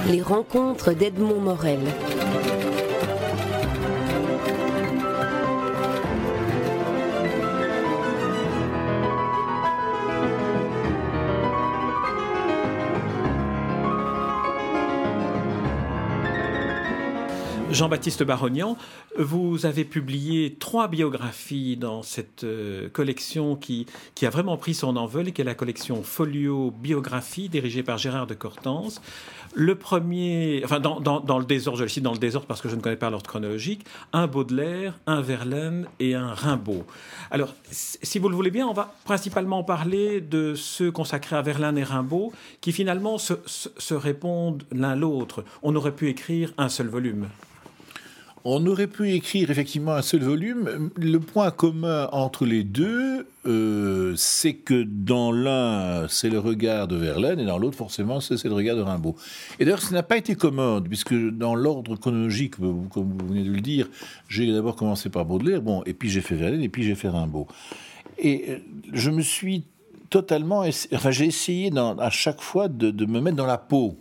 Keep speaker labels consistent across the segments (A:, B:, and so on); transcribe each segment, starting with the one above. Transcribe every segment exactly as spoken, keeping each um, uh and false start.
A: Les rencontres d'Edmond Morel.
B: Jean-Baptiste Barognan, vous avez publié trois biographies dans cette euh, collection qui, qui a vraiment pris son envol et qui est la collection Folio Biographie, dirigée par Gérard de Cortance. Le premier, enfin dans, dans, dans le désordre, je le cite dans le désordre parce que je ne connais pas l'ordre chronologique, un Baudelaire, un Verlaine et un Rimbaud. Alors, si vous le voulez bien, on va principalement parler de ceux consacrés à Verlaine et Rimbaud qui finalement se, se, se répondent l'un l'autre. On aurait pu écrire un seul volume.
C: On aurait pu écrire effectivement un seul volume. Le point commun entre les deux, euh, c'est que dans l'un, c'est le regard de Verlaine, et dans l'autre, forcément, c'est, c'est le regard de Rimbaud. Et d'ailleurs, ça n'a pas été commode, puisque dans l'ordre chronologique, comme vous venez de le dire, j'ai d'abord commencé par Baudelaire, bon, et puis j'ai fait Verlaine, et puis j'ai fait Rimbaud. Et je me suis totalement... Enfin, j'ai essayé dans, à chaque fois de, de me mettre dans la peau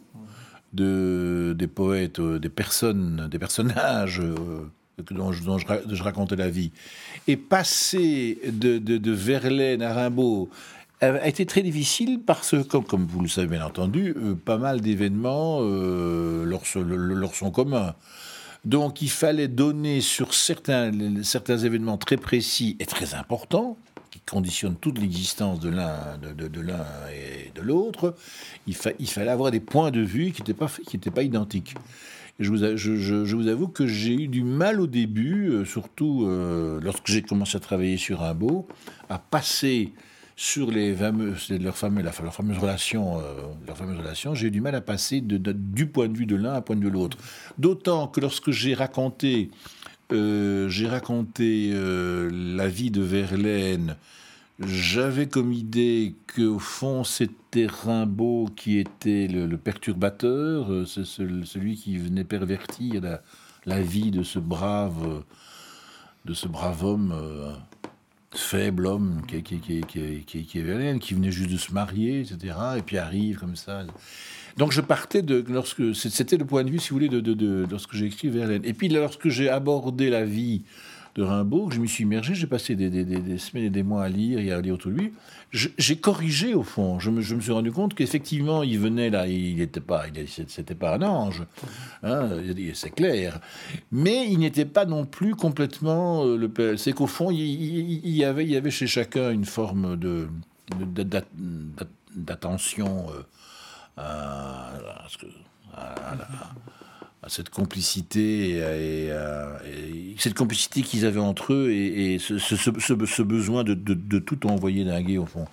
C: De, des poètes, euh, des personnes, des personnages euh, dont, je, dont je, je racontais la vie. Et passer de, de, de Verlaine à Rimbaud a été très difficile parce que, comme, comme vous le savez bien entendu, euh, pas mal d'événements euh, leur, leur sont communs. Donc il fallait donner sur certains, certains événements très précis et très importants, qui conditionnent toute l'existence de l'un, de, de, de l'un et de l'autre, il, fa, il fallait avoir des points de vue qui n'étaient pas, qui n'étaient pas identiques. Et je, vous, je, je, je vous avoue que j'ai eu du mal au début, euh, surtout euh, lorsque j'ai commencé à travailler sur Rimbaud, à passer sur les fameuses, leur fameux, la, leur fameuse relation, euh, leur fameuse relation, j'ai eu du mal à passer de, de, du point de vue de l'un à point de vue de l'autre. D'autant que lorsque j'ai raconté Euh, j'ai raconté euh, la vie de Verlaine. J'avais comme idée qu'au fond, c'était Rimbaud qui était le, le perturbateur, euh, c'est celui qui venait pervertir la, la vie de ce brave, de ce brave homme, euh, faible homme qui, qui, qui, qui, qui, qui est Verlaine, qui venait juste de se marier, et cetera. Et puis arrive comme ça. Donc je partais de lorsque c'était le point de vue, si vous voulez, de, de, de lorsque j'ai écrit Verlaine. Et puis lorsque j'ai abordé la vie de Rimbaud, que je m'y suis immergé, j'ai passé des, des, des, des semaines et des mois à lire et à lire autour de lui. Je, j'ai corrigé au fond. Je me, je me suis rendu compte qu'effectivement il venait là, il n'était pas, il, c'était pas un ange, hein, c'est clair. Mais il n'était pas non plus complètement le. C'est qu'au fond il, il, il y avait, il y avait chez chacun une forme de, de, de d'attention. Euh, À, à, à, à cette complicité et, à, et cette complicité qu'ils avaient entre eux et, et ce, ce, ce, ce besoin de, de, de tout envoyer dinguer au fond.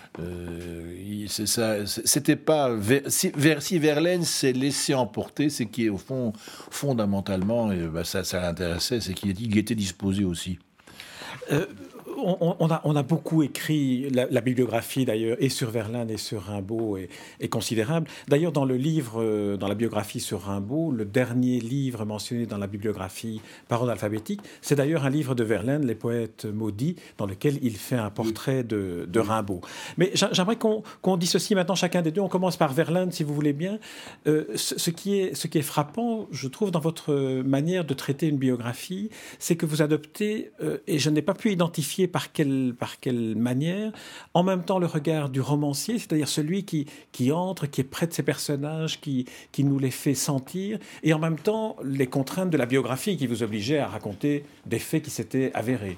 C: Euh, c'est ça, c'était pas si, si Verlaine s'est laissé emporter, c'est qu'il au fond fondamentalement et ben ça, ça l'intéressait, c'est qu'il il était disposé aussi.
B: Euh... On, on, a, on a beaucoup écrit, la, la bibliographie d'ailleurs, et sur Verlaine et sur Rimbaud est, est considérable. D'ailleurs, dans le livre, dans la biographie sur Rimbaud, le dernier livre mentionné dans la bibliographie par ordre alphabétique, c'est d'ailleurs un livre de Verlaine, Les poètes maudits, dans lequel il fait un portrait de, de Rimbaud. Mais j'aimerais qu'on, qu'on dissocie maintenant chacun des deux. On commence par Verlaine, si vous voulez bien. Euh, ce, ce, qui est, ce qui est frappant, je trouve, dans votre manière de traiter une biographie, c'est que vous adoptez, euh, et je n'ai pas pu identifier par quelle, par quelle manière, en même temps le regard du romancier, c'est-à-dire celui qui, qui entre, qui est près de ses personnages, qui, qui nous les fait sentir, et en même temps les contraintes de la biographie qui vous obligeaient à raconter des faits qui s'étaient avérés.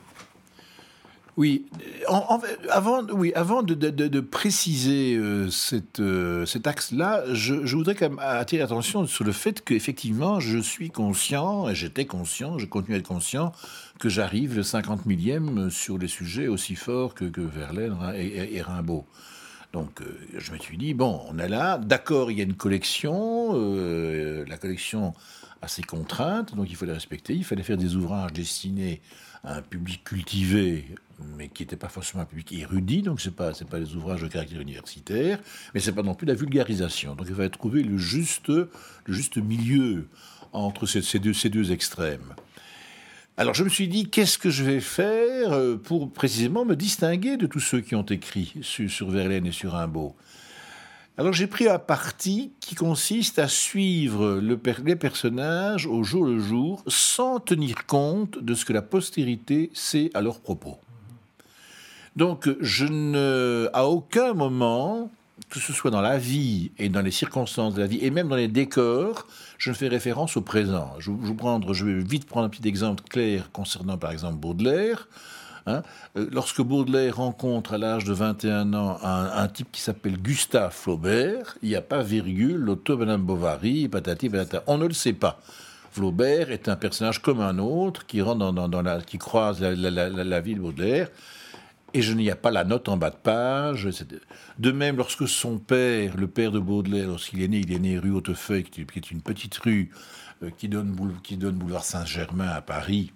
C: Oui, en, en, avant, oui, avant de, de, de préciser euh, cette, euh, cet axe-là, je, je voudrais quand même attirer l'attention sur le fait qu'effectivement, je suis conscient, et j'étais conscient, je continue à être conscient, que j'arrive le cinquante millième sur les sujets aussi forts que, que Verlaine et, et, et Rimbaud. Donc, euh, je me suis dit, bon, on est là, d'accord, il y a une collection, euh, la collection a ses contraintes, donc il fallait respecter, il fallait faire des ouvrages destinés à un public cultivé, mais qui n'était pas forcément un public érudit, donc c'est pas, c'est pas des ouvrages de caractère universitaire, mais c'est pas non plus la vulgarisation. Donc il fallait trouver le juste, le juste milieu entre ces, ces, deux, ces deux extrêmes. Alors je me suis dit, qu'est-ce que je vais faire pour précisément me distinguer de tous ceux qui ont écrit sur, sur Verlaine et sur Rimbaud ? Alors j'ai pris un parti qui consiste à suivre le per- les personnages au jour le jour sans tenir compte de ce que la postérité sait à leur propos. Donc je ne, à aucun moment, que ce soit dans la vie et dans les circonstances de la vie et même dans les décors, je ne fais référence au présent. Je, je, prendre, je vais vite prendre un petit exemple clair concernant par exemple Baudelaire. Hein, lorsque Baudelaire rencontre à l'âge de vingt et un ans un, un type qui s'appelle Gustave Flaubert, il n'y a pas virgule, l'auto Madame Bovary, patati patata. On ne le sait pas. Flaubert est un personnage comme un autre qui rentre dans, dans, dans la, qui croise la, la, la, la vie de Baudelaire. Et je n'y a pas la note en bas de page. De même, lorsque son père, le père de Baudelaire, lorsqu'il est né, il est né rue Hautefeuille, qui est une petite rue qui donne, qui donne boulevard Saint-Germain à Paris.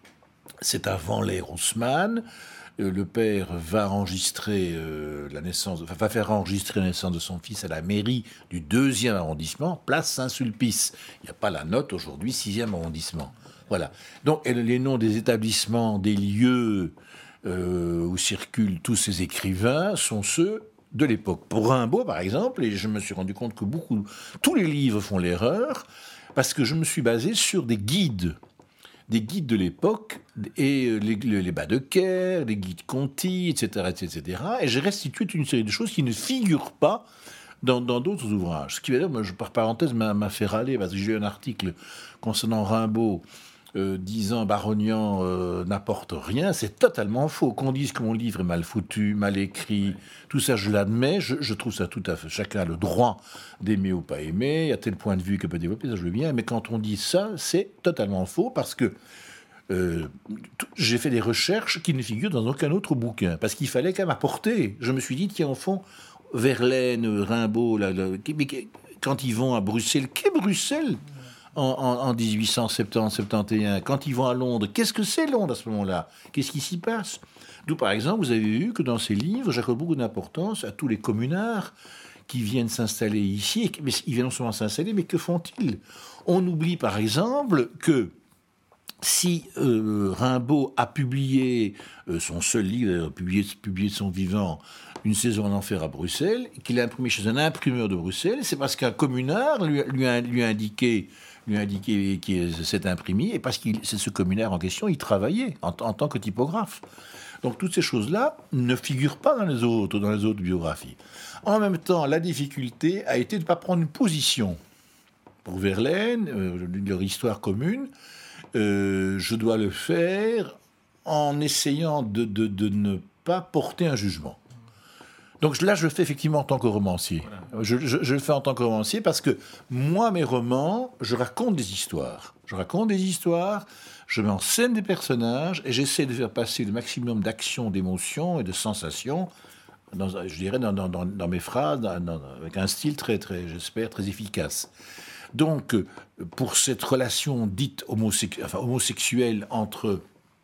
C: C'est avant l'ère Haussmann. Le père va enregistrer euh, la naissance, va faire enregistrer la naissance de son fils à la mairie du deuxième arrondissement, place Saint-Sulpice. Il n'y a pas la note aujourd'hui, sixième arrondissement. Voilà. Donc, les noms des établissements, des lieux euh, où circulent tous ces écrivains sont ceux de l'époque. Pour Rimbaud, par exemple, et je me suis rendu compte que beaucoup, tous les livres font l'erreur, parce que je me suis basé sur des guides. Des guides de l'époque, et les, les, les Baedeker, les guides Conti, et cetera, et cetera. Et j'ai restitué une série de choses qui ne figurent pas dans, dans d'autres ouvrages. Ce qui, d'ailleurs, par parenthèse, m'a, m'a fait râler, parce que j'ai eu un article concernant Rimbaud, euh, disant Barognan euh, n'apporte rien. C'est totalement faux. Qu'on dise que mon livre est mal foutu, mal écrit, tout ça, je l'admets. Je, je trouve ça tout à fait... Chacun a le droit d'aimer ou pas aimer. Il y a tel point de vue que peut développer, ça je veux bien. Mais quand on dit ça, c'est totalement faux, parce que euh, t- j'ai fait des recherches qui ne figurent dans aucun autre bouquin. Parce qu'il fallait quand même apporter. Je me suis dit, tiens, au fond, Verlaine, Rimbaud, là, là, quand ils vont à Bruxelles, qu'est Bruxelles ? En, en, en dix-huit cent soixante-dix soixante et onze, quand ils vont à Londres, qu'est-ce que c'est Londres à ce moment-là ? Qu'est-ce qui s'y passe ? D'où, par exemple, vous avez vu que dans ces livres, j'accorde beaucoup d'importance à tous les communards qui viennent s'installer ici. Mais ils viennent non seulement s'installer, mais que font-ils ? On oublie, par exemple, que si euh, Rimbaud a publié euh, son seul livre, publié, publié de son vivant, Une saison en enfer à Bruxelles, qu'il a imprimé chez un imprimeur de Bruxelles, c'est parce qu'un communard lui, lui, a, lui a indiqué, lui a indiqué qui est cet imprimé, et parce que c'est ce communard en question, il travaillait en, en tant que typographe. Donc toutes ces choses-là ne figurent pas dans les autres, dans les autres biographies. En même temps, la difficulté a été de ne pas prendre une position. Pour Verlaine, euh, leur histoire commune, euh, je dois le faire en essayant de, de, de ne pas porter un jugement. Donc là, je le fais effectivement en tant que romancier. Voilà. Je, je, je le fais en tant que romancier parce que moi, mes romans, je raconte des histoires. Je raconte des histoires, je mets en scène des personnages et j'essaie de faire passer le maximum d'actions, d'émotions et de sensations, dans, je dirais, dans, dans, dans mes phrases, dans, dans, avec un style très, très, j'espère, très efficace. Donc, pour cette relation dite homosexu- enfin, homosexuelle entre,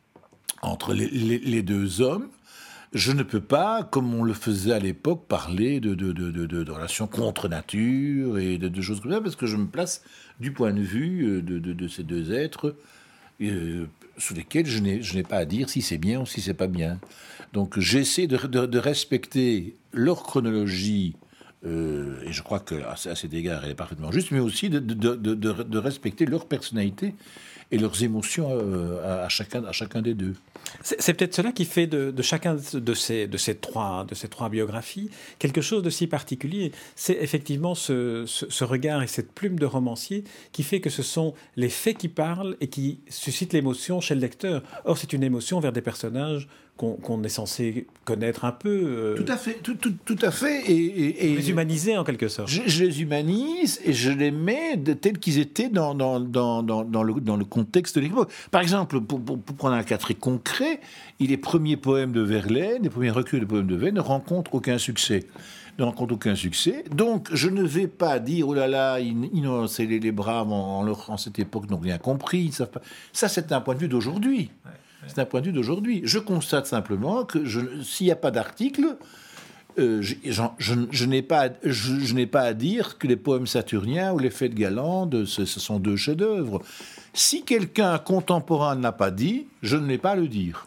C: entre les, les, les deux hommes, je ne peux pas, comme on le faisait à l'époque, parler de, de, de, de, de relations contre nature et de, de choses comme ça, parce que je me place du point de vue de, de, de ces deux êtres euh, sous lesquels je n'ai, je n'ai pas à dire si c'est bien ou si c'est pas bien. Donc j'essaie de, de, de respecter leur chronologie, euh, et je crois qu'à à cet égard elle est parfaitement juste, mais aussi de, de, de, de, de respecter leur personnalité et leurs émotions euh, à, chacun, à chacun des deux.
B: C'est, c'est peut-être cela qui fait de, de chacun de ces, de, ces trois, de ces trois biographies quelque chose de si particulier. C'est effectivement ce, ce, ce regard et cette plume de romancier qui fait que ce sont les faits qui parlent et qui suscitent l'émotion chez le lecteur. Or, c'est une émotion vers des personnages qu'on, qu'on est censé connaître un peu. Euh,
C: tout à fait, tout, tout, tout à fait. Et, et, et
B: les humaniser en quelque sorte.
C: Je, je les humanise et je les mets de, tels qu'ils étaient dans, dans, dans, dans, dans, le, dans le contexte de l'époque. Par exemple, pour, pour, pour prendre un cas très concret, les premiers poèmes de Verlaine, les premiers recueils de poèmes de Verlaine ne rencontrent aucun succès. Ne rencontrent aucun succès. Donc, je ne vais pas dire, oh là là, ils, ils, non, c'est les, les braves en, en, leur, en cette époque n'ont rien compris. Ils savent pas. Ça, c'est un point de vue d'aujourd'hui. Ouais. C'est un point de vue d'aujourd'hui. Je constate simplement que je, s'il n'y a pas d'article, euh, je, je, je, je, n'ai pas, je, je n'ai pas à dire que les poèmes saturniens ou les fêtes galantes, ce, ce sont deux chefs-d'œuvre. Si quelqu'un contemporain ne l'a pas dit, je ne l'ai pas à le dire.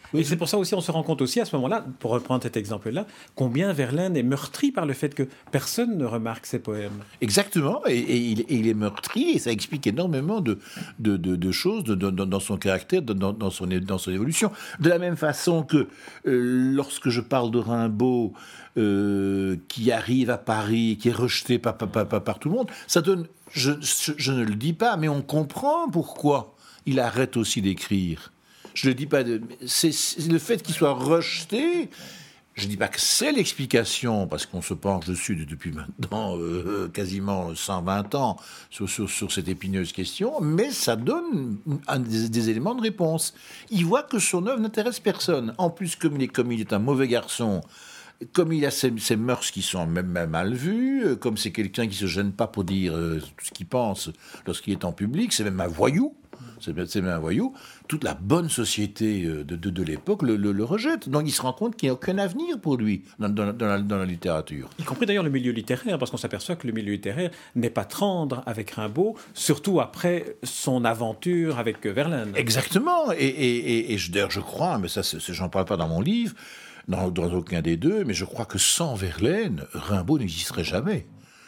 B: Et c'est pour ça aussi, on se rend compte aussi à ce moment-là, pour reprendre cet exemple-là, combien Verlaine est meurtri par le fait que personne ne remarque ses poèmes.
C: Exactement, et, et, il, et il est meurtri, et ça explique énormément de, de, de, de choses de, de, dans son caractère, de, dans, dans, son, dans son évolution. De la même façon que euh, lorsque je parle de Rimbaud, euh, qui arrive à Paris, qui est rejeté par, par, par, par tout le monde, ça donne, je, je, je ne le dis pas, mais on comprend pourquoi il arrête aussi d'écrire. Je ne dis pas, de, c'est, c'est le fait qu'il soit rejeté. Je ne dis pas que c'est l'explication, parce qu'on se penche dessus depuis maintenant euh, quasiment cent vingt ans sur, sur, sur cette épineuse question, mais ça donne un, des, des éléments de réponse. Il voit que son œuvre n'intéresse personne. En plus, comme il est, comme il est un mauvais garçon, comme il a ces, ces mœurs qui sont même, même mal vues, comme c'est quelqu'un qui ne se gêne pas pour dire euh, tout ce qu'il pense lorsqu'il est en public, c'est même un voyou. C'est même un voyou, toute la bonne société de, de, de l'époque le, le, le rejette. Donc il se rend compte qu'il n'y a aucun avenir pour lui dans, dans, dans, la, dans la littérature.
B: Y compris d'ailleurs le milieu littéraire, parce qu'on s'aperçoit que le milieu littéraire n'est pas tendre avec Rimbaud, surtout après son aventure avec Verlaine.
C: Exactement, et, et, et, et je, d'ailleurs je crois, mais ça c'est, j'en parle pas dans mon livre, dans, dans aucun des deux, mais je crois que sans Verlaine, Rimbaud n'existerait jamais.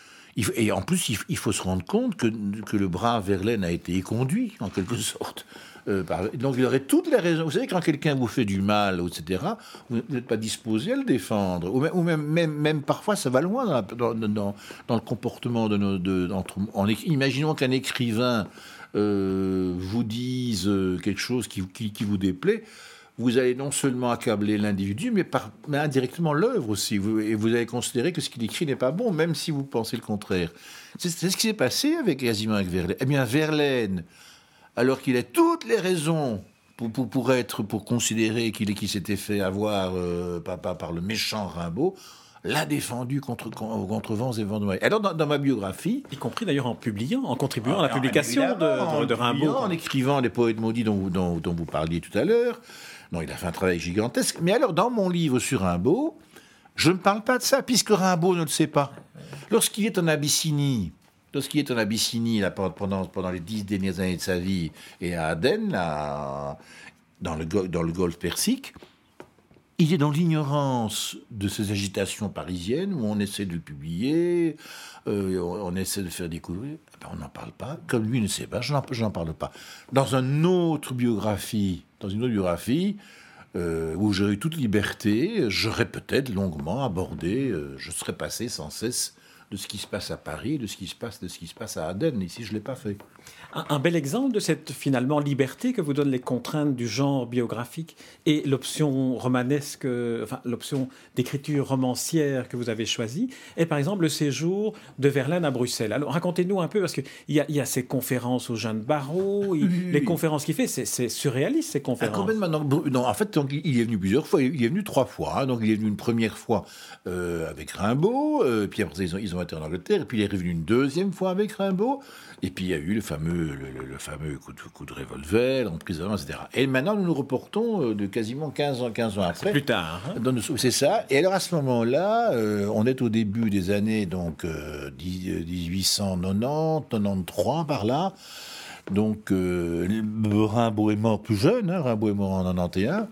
C: Et en plus, il faut se rendre compte que, que le brave Verlaine a été éconduit, en quelque sorte. Euh, par, donc il aurait toutes les raisons. Vous savez, quand quelqu'un vous fait du mal, et cetera, vous n'êtes pas disposé à le défendre. Ou même, ou même, même, même parfois, ça va loin dans, la, dans, dans, dans le comportement de nos... De, entre, en, imaginons qu'un écrivain euh, vous dise quelque chose qui, qui, qui vous déplaît. Vous allez non seulement accabler l'individu, mais, par, mais indirectement l'œuvre aussi. Vous, et vous allez considérer que ce qu'il écrit n'est pas bon, même si vous pensez le contraire. C'est, c'est ce qui s'est passé avec, quasiment avec Verlaine. Eh bien, Verlaine, alors qu'il a toutes les raisons pour, pour, pour, être, pour considérer qu'il, qu'il s'était fait avoir euh, par, par, par le méchant Rimbaud, l'a défendu contre, contre vents et vents de marée. Alors, dans, dans ma biographie...
B: Y compris d'ailleurs en publiant, en contribuant
C: en,
B: à la publication de, de, de Rimbaud.
C: En écrivant Les Poètes maudits dont, dont, dont vous parliez tout à l'heure. Non, il a fait un travail gigantesque. Mais alors, dans mon livre sur Rimbaud, je ne parle pas de ça, puisque Rimbaud ne le sait pas. Lorsqu'il est en Abyssinie, lorsqu'il est en Abyssinie là, pendant, pendant les dix dernières années de sa vie, et à Aden, là, dans, le, dans le golfe Persique, il est dans l'ignorance de ces agitations parisiennes où on essaie de le publier, euh, on essaie de faire découvrir. Ben, on n'en parle pas. Comme lui ne sait pas, je n'en, je n'en parle pas. Dans une autre biographie, dans une autre biographie euh, où j'aurais eu toute liberté, j'aurais peut-être longuement abordé, euh, je serais passé sans cesse de ce qui se passe à Paris, de ce qui se passe, de ce qui se passe à Aden. Ici, je ne l'ai pas fait.
B: Un, un bel exemple de cette, finalement, liberté que vous donnent les contraintes du genre biographique et l'option romanesque, enfin, l'option d'écriture romancière que vous avez choisie, est par exemple le séjour de Verlaine à Bruxelles. Alors, racontez-nous un peu, parce qu'il y a, y a ces conférences aux jeunes barreaux, il, oui, les oui. conférences qu'il fait, c'est, c'est surréaliste, ces conférences.
C: Ah, complètement, non, non, en fait, donc, il est venu plusieurs fois, il est venu trois fois. Hein, donc, il est venu une première fois euh, avec Rimbaud, euh, puis après, ils ont, ils ont été en Angleterre, et puis il est revenu une deuxième fois avec Rimbaud, et puis il y a eu le fameux, le, le, le fameux coup de, coup de revolver, l'emprisonnement, et cetera. Et maintenant, nous nous reportons de quasiment quinze ans, quinze ans après.
B: C'est plus tard. Hein.
C: Dans, c'est ça. Et alors, à ce moment-là, euh, on est au début des années donc, euh, dix-huit cent quatre-vingt-dix, quatre-vingt-treize, par là. Donc, euh, Rimbaud est mort plus jeune, hein, Rimbaud est mort en quatre-vingt-onze.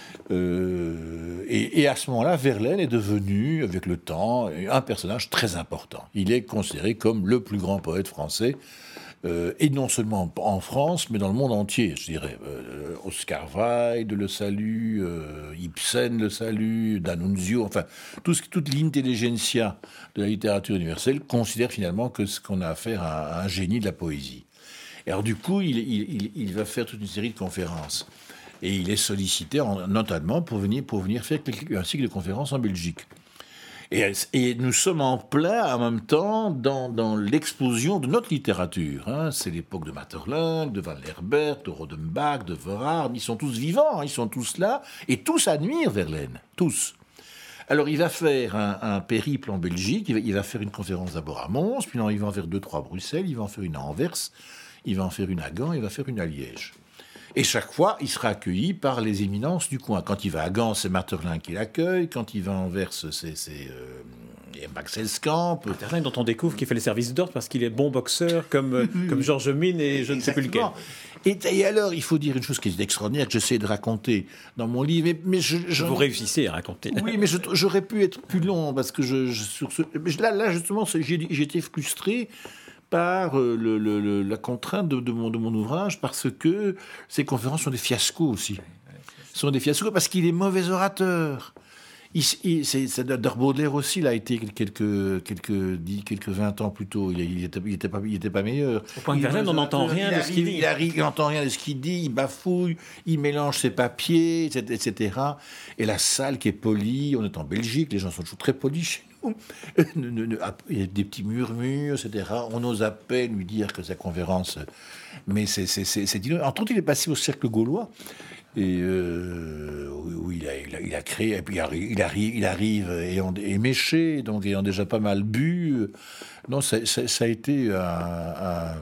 C: Euh, et, et à ce moment-là, Verlaine est devenu, avec le temps, un personnage très important. Il est considéré comme le plus grand poète français, euh, et non seulement en France, mais dans le monde entier, je dirais. Euh, Oscar Wilde le salue, euh, Ibsen le salue, D'Annunzio, enfin, tout ce, toute l'intelligentsia de la littérature universelle considère finalement que ce qu'on a affaire à, à un génie de la poésie. Et alors du coup, il, il, il va faire toute une série de conférences. Et il est sollicité, en, notamment, pour venir, pour venir faire un cycle de conférences en Belgique. Et, et nous sommes en plein, en même temps, dans, dans l'explosion de notre littérature. Hein. C'est l'époque de Maeterlinck, de Van Lerbergh, de Rodenbach, de Verhaeren. Ils sont tous vivants, hein, ils sont tous là, et tous admirent Verlaine, tous. Alors, il va faire un, un périple en Belgique, il va, il va faire une conférence d'abord à Mons, puis non, il va en faire deux, trois à Bruxelles, il va en faire une à Anvers, il va en faire une à Gand, il va faire une à Liège. Et chaque fois, il sera accueilli par les éminences du coin. Quand il va à Gand, c'est Maeterlinck qui l'accueille. Quand il va à Anvers, c'est, c'est euh, et Max Elskamp.
B: Terling, dont on découvre qu'il fait les services d'ordre parce qu'il est bon boxeur, comme, comme Georges Mine et je ne sais plus lequel.
C: Et, et alors, il faut dire une chose qui est extraordinaire, que j'essaie de raconter dans mon livre. Mais, mais je, je,
B: Vous réussissez à raconter.
C: Oui, mais je, j'aurais pu être plus long, parce que je, je, sur ce, là, là, justement, j'ai, j'ai été frustré par le, le, le, la contrainte de, de, mon, de mon ouvrage, parce que ces conférences sont des fiascos aussi. Sont des fiascos parce qu'il est mauvais orateur. Il, il, c'est, c'est, Baudelaire aussi, il a été quelques, quelques, dix, quelques vingt ans plus tôt. Il n'était il était pas, il était pas meilleur.
B: Au point que Verlaine, on n'entend rien de ce qu'il dit.
C: Il arrive, il n'entend rien de ce qu'il dit, il bafouille, il mélange ses papiers, et cetera. Et la salle qui est polie, on est en Belgique, les gens sont toujours très polis chez nous. Il y a des petits murmures, et cetera. On ose à peine lui dire que sa conférence... Mais c'est... c'est, c'est, c'est... Entre autres, il est passé au Cercle Gaulois. Et euh, oui, il a, il, a, il a créé, et puis il arrive, il arrive, il arrive ayant, éméché, donc ayant déjà pas mal bu. Non, ça, ça, ça a été un, un,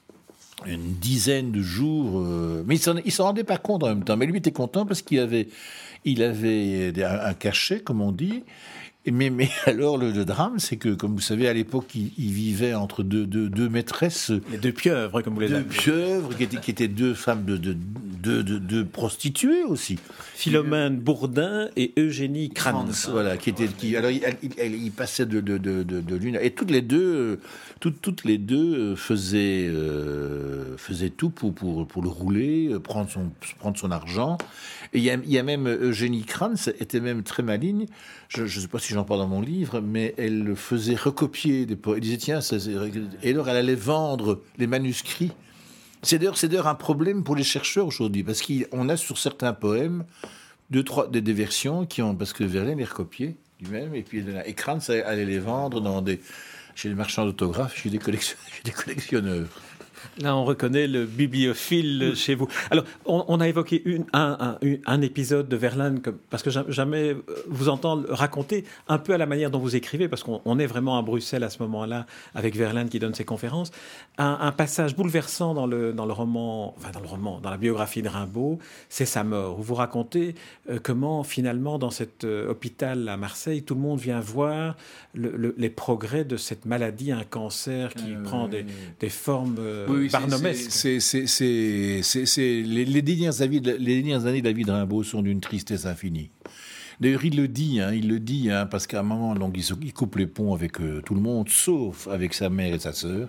C: une dizaine de jours, euh, mais il s'en, il s'en rendait pas compte en même temps. Mais lui était content parce qu'il avait, il avait un, un cachet, comme on dit. Mais, mais alors, le, le drame, c'est que, comme vous savez, à l'époque, il, il vivait entre deux, deux, deux maîtresses.
B: Les deux pieuvres, comme vous les
C: deux
B: appelez.
C: Deux pieuvres, qui étaient, qui étaient deux femmes de, de, de, de, de prostituées aussi.
B: Philomène Bourdin et Eugénie Kranz.
C: Voilà, qui étaient, qui, alors, il, il, il passait de, de, de, de, de l'une. Et toutes les deux, toutes, toutes les deux faisaient, euh, faisaient tout pour, pour, pour le rouler, prendre son, prendre son argent. Et il y a, il y a même Eugénie Kranz, était même très maligne. Je ne sais pas si j'en parle dans mon livre, mais elle faisait recopier des poèmes. Elle disait, tiens, ça, et alors elle allait vendre les manuscrits. C'est d'ailleurs, c'est d'ailleurs un problème pour les chercheurs aujourd'hui, parce qu'on a sur certains poèmes deux, trois, des, des versions qui ont, parce que Verlaine les recopiait lui-même, et puis et Kranz allait les vendre dans des, chez les marchands d'autographes, chez des, collection, chez des collectionneurs.
B: Là, on reconnaît le bibliophile chez vous. Alors, on, on a évoqué une, un, un, un épisode de Verlaine, que, parce que jamais vous entendre raconter un peu à la manière dont vous écrivez, parce qu'on on est vraiment à Bruxelles à ce moment-là, avec Verlaine qui donne ses conférences. Un, un passage bouleversant dans le, dans le roman, enfin dans le roman, dans la biographie de Rimbaud, c'est sa mort, où vous racontez euh, comment, finalement, dans cet euh, hôpital à Marseille, tout le monde vient voir le, le, les progrès de cette maladie, un cancer qui euh, prend des, des formes... Euh,
C: Oui, c'est, c'est, c'est, c'est, c'est les, les, dernières années, les dernières années de la vie de Rimbaud sont d'une tristesse infinie. D'ailleurs, il le dit, hein, il le dit, hein, parce qu'à un moment, donc, il, il coupe les ponts avec euh, tout le monde, sauf avec sa mère et sa sœur.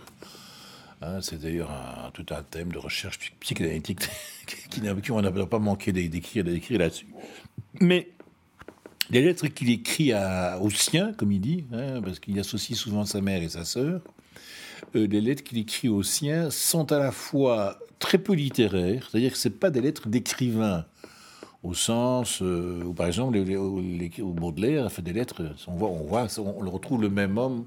C: Hein, c'est d'ailleurs un, tout un thème de recherche psychanalytique qui, qui on n'a pas manqué d'écrire, d'écrire là-dessus. Mais les lettres qu'il écrit à, aux siens, comme il dit, hein, parce qu'il associe souvent sa mère et sa sœur, Euh, les lettres qu'il écrit aux siens sont à la fois très peu littéraires, c'est-à-dire que ce n'est pas des lettres d'écrivain, au sens euh, où, par exemple, les, les, les, au Baudelaire a fait des lettres, on voit, on, voit, on le retrouve le même homme,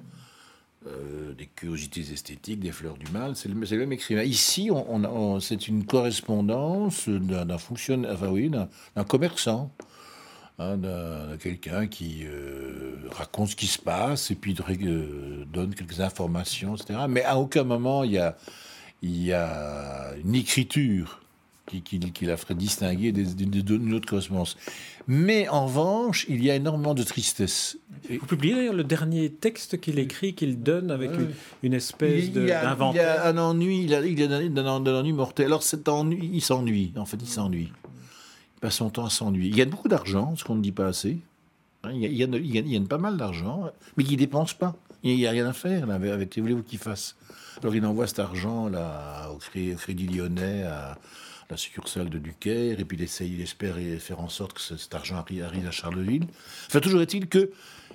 C: euh, des curiosités esthétiques, des fleurs du mal, c'est le, c'est le même écrivain. Ici, on, on, on, c'est une correspondance d'un, d'un fonctionnaire, enfin oui, d'un, d'un commerçant. Hein, d'un, de quelqu'un qui euh, raconte ce qui se passe et puis euh, donne quelques informations, et cetera. Mais à aucun moment il y a, il y a une écriture qui, qui, qui la ferait distinguer d'une autre correspondance. Mais en revanche, il y a énormément de tristesse.
B: Vous publiez d'ailleurs le dernier texte qu'il écrit, qu'il donne avec ouais. une, une espèce de,
C: il a,
B: d'inventaire.
C: Il a un ennui, il a, il a donné d'un ennui mortel. Alors cet ennui, il s'ennuie, en fait, il s'ennuie. Il passe son temps à s'ennuyer. Il gagne beaucoup d'argent, ce qu'on ne dit pas assez. Il gagne, il gagne, il gagne, il gagne pas mal d'argent, mais il ne dépense pas. Il n'y a rien à faire là, avec, avec ce que voulez-vous qu'il fasse. Alors il envoie cet argent là, au Crédit Lyonnais, à la succursale de Ducaire, et puis il, essaie, il espère faire en sorte que cet argent arrive, arrive à Charleville. Enfin, toujours est-il que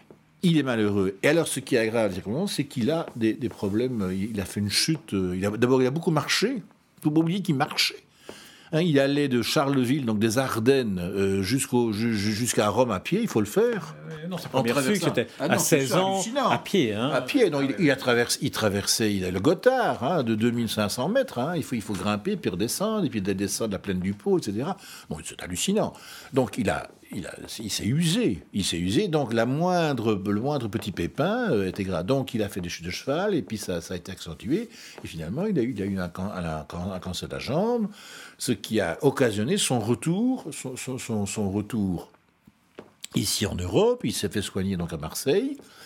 C: il est malheureux. Et alors, ce qui est aggrave, c'est qu'il a des, des problèmes. Il a fait une chute. Il a, d'abord, il a beaucoup marché. Il ne faut pas oublier qu'il marchait. Hein, il allait de Charleville, donc des Ardennes, euh, jusqu'au, jusqu'à Rome à pied, il faut le faire.
B: Euh, non, c'est pas bien reçu, c'était ah non, à seize ans, à pied. Hein.
C: À pied, non, il, il, a traversé, il traversait il a le Gothard, hein, de deux mille cinq cents mètres. Hein, il, faut, il faut grimper, puis redescendre, et puis descendre la plaine du Pô, et cetera. Bon, c'est hallucinant. Donc, il a... Il, a, il s'est usé, il s'est usé, donc la moindre, le moindre petit pépin euh, était grave. Donc il a fait des chutes de cheval, et puis ça, ça a été accentué, et finalement il a eu, il a eu un, un, un, un cancer de la jambe, ce qui a occasionné son retour, son, son, son, son retour ici en Europe. Il s'est fait soigner donc à Marseille,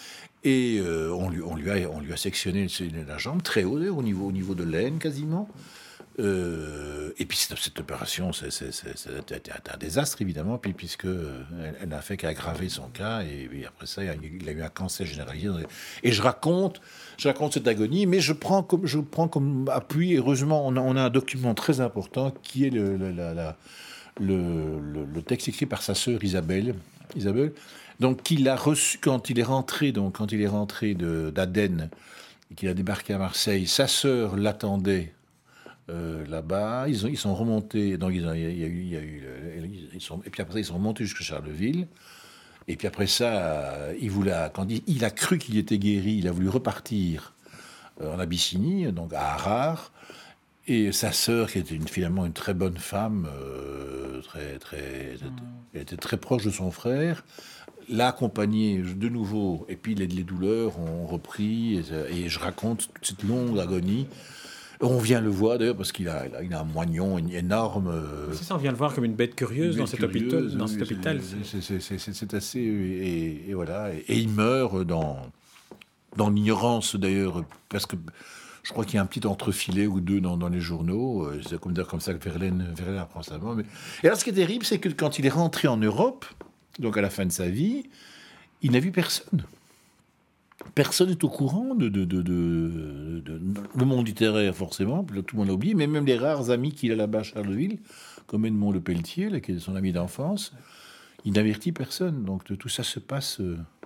C: Et euh, on, lui, on, lui a, on lui a sectionné la jambe très haut, au niveau, au niveau de l'aine quasiment. Euh, et puis cette, cette opération, c'est, c'est, c'est, c'est un désastre évidemment, puis, puisque elle, elle n'a fait qu'aggraver son cas. Et, et après ça, il a, il a eu un cancer généralisé. Et je raconte, je raconte cette agonie, mais je prends comme, je prends comme appui. Heureusement, on a, on a un document très important qui est le, le, la, la, le, le, le texte écrit par sa sœur Isabelle. Isabelle. Donc, qu'il a reçu quand il est rentré, donc quand il est rentré de, d'Aden et qu'il a débarqué à Marseille. Sa sœur l'attendait euh, là-bas. Ils, ont, ils sont remontés. Donc, ils ont, il y a eu, il y a eu, ils sont, et puis après, ils sont remontés jusqu'à Charleville. Et puis après ça, il voulait, quand il, il a cru qu'il était guéri, il a voulu repartir euh, en Abyssinie, donc à Harare. Et sa sœur, qui était une, finalement une très bonne femme, euh, très, très, mmh. elle était très proche de son frère, l'a accompagné de nouveau. Et puis les, les douleurs ont repris. Et, et je raconte toute cette longue agonie. On vient le voir d'ailleurs parce qu'il a, il a un moignon énorme.
B: C'est ça, on vient le voir comme une bête curieuse, une bête dans, curieuse, cet hôpital, dans cet hôpital.
C: C'est, c'est, c'est, c'est, c'est assez... Et, et voilà. Et, et il meurt dans, dans l'ignorance d'ailleurs, parce que je crois qu'il y a un petit entrefilet ou deux dans, dans les journaux. C'est comme, comme ça que Verlaine, Verlaine apprend sa mort. Mais... Et alors, ce qui est terrible, c'est que quand il est rentré en Europe, donc à la fin de sa vie, il n'a vu personne. Personne n'est au courant de, de, de, de, de, de le monde littéraire, forcément, tout le monde l'a oublié, mais même les rares amis qu'il a là-bas à Charleville, comme Edmond Le Pelletier, là, qui est son ami d'enfance, il n'avertit personne. Donc tout ça se passe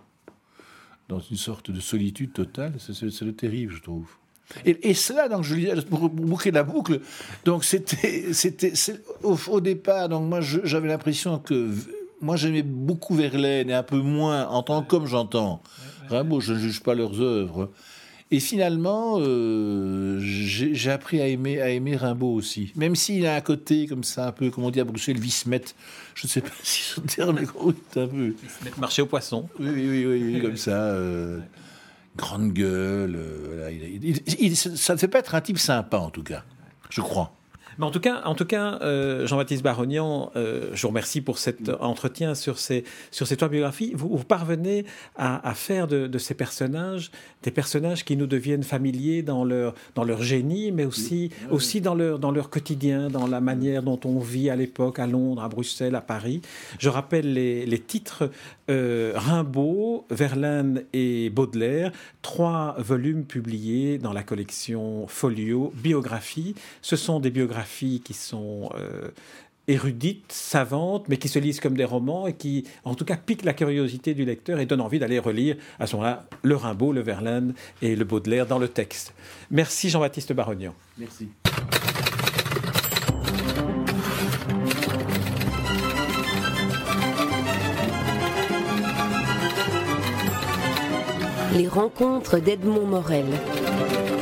C: dans une sorte de solitude totale. C'est, c'est, c'est le terrible, je trouve. Et, et cela, donc, je disais, pour boucler la boucle, donc c'était, c'était c'est, au, au départ, donc moi je, j'avais l'impression que moi j'aimais beaucoup Verlaine et un peu moins en tant qu'homme, j'entends. Rimbaud, je ne juge pas leurs œuvres. Et finalement, euh, j'ai, j'ai appris à aimer, à aimer Rimbaud aussi. Même s'il a un côté comme ça, un peu, comme on dit à Bruxelles, Vis-Met. Je ne sais pas si ce terme est un peu.
B: Vis-Met, marché aux poissons.
C: Oui, oui, oui, oui, oui comme ça. Euh, grande gueule. Euh, voilà, il, il, il, ça ne fait pas être un type sympa, en tout cas, je crois.
B: Mais en tout cas, en tout cas euh, Jean-Baptiste Barognan, euh, je vous remercie pour cet entretien sur ces, sur ces trois biographies. Vous, vous parvenez à, à faire de, de ces personnages des personnages qui nous deviennent familiers dans leur, dans leur génie, mais aussi, oui. aussi dans, leur, dans leur quotidien, dans la manière dont on vit à l'époque à Londres, à Bruxelles, à Paris. Je rappelle les, les titres euh, Rimbaud, Verlaine et Baudelaire, trois volumes publiés dans la collection Folio, Biographie. Ce sont des biographies qui sont euh, érudites, savantes, mais qui se lisent comme des romans et qui, en tout cas, piquent la curiosité du lecteur et donnent envie d'aller relire, à ce moment-là, le Rimbaud, le Verlaine et le Baudelaire dans le texte. Merci Jean-Baptiste Barognan.
C: Merci.
A: Les rencontres d'Edmond Morel.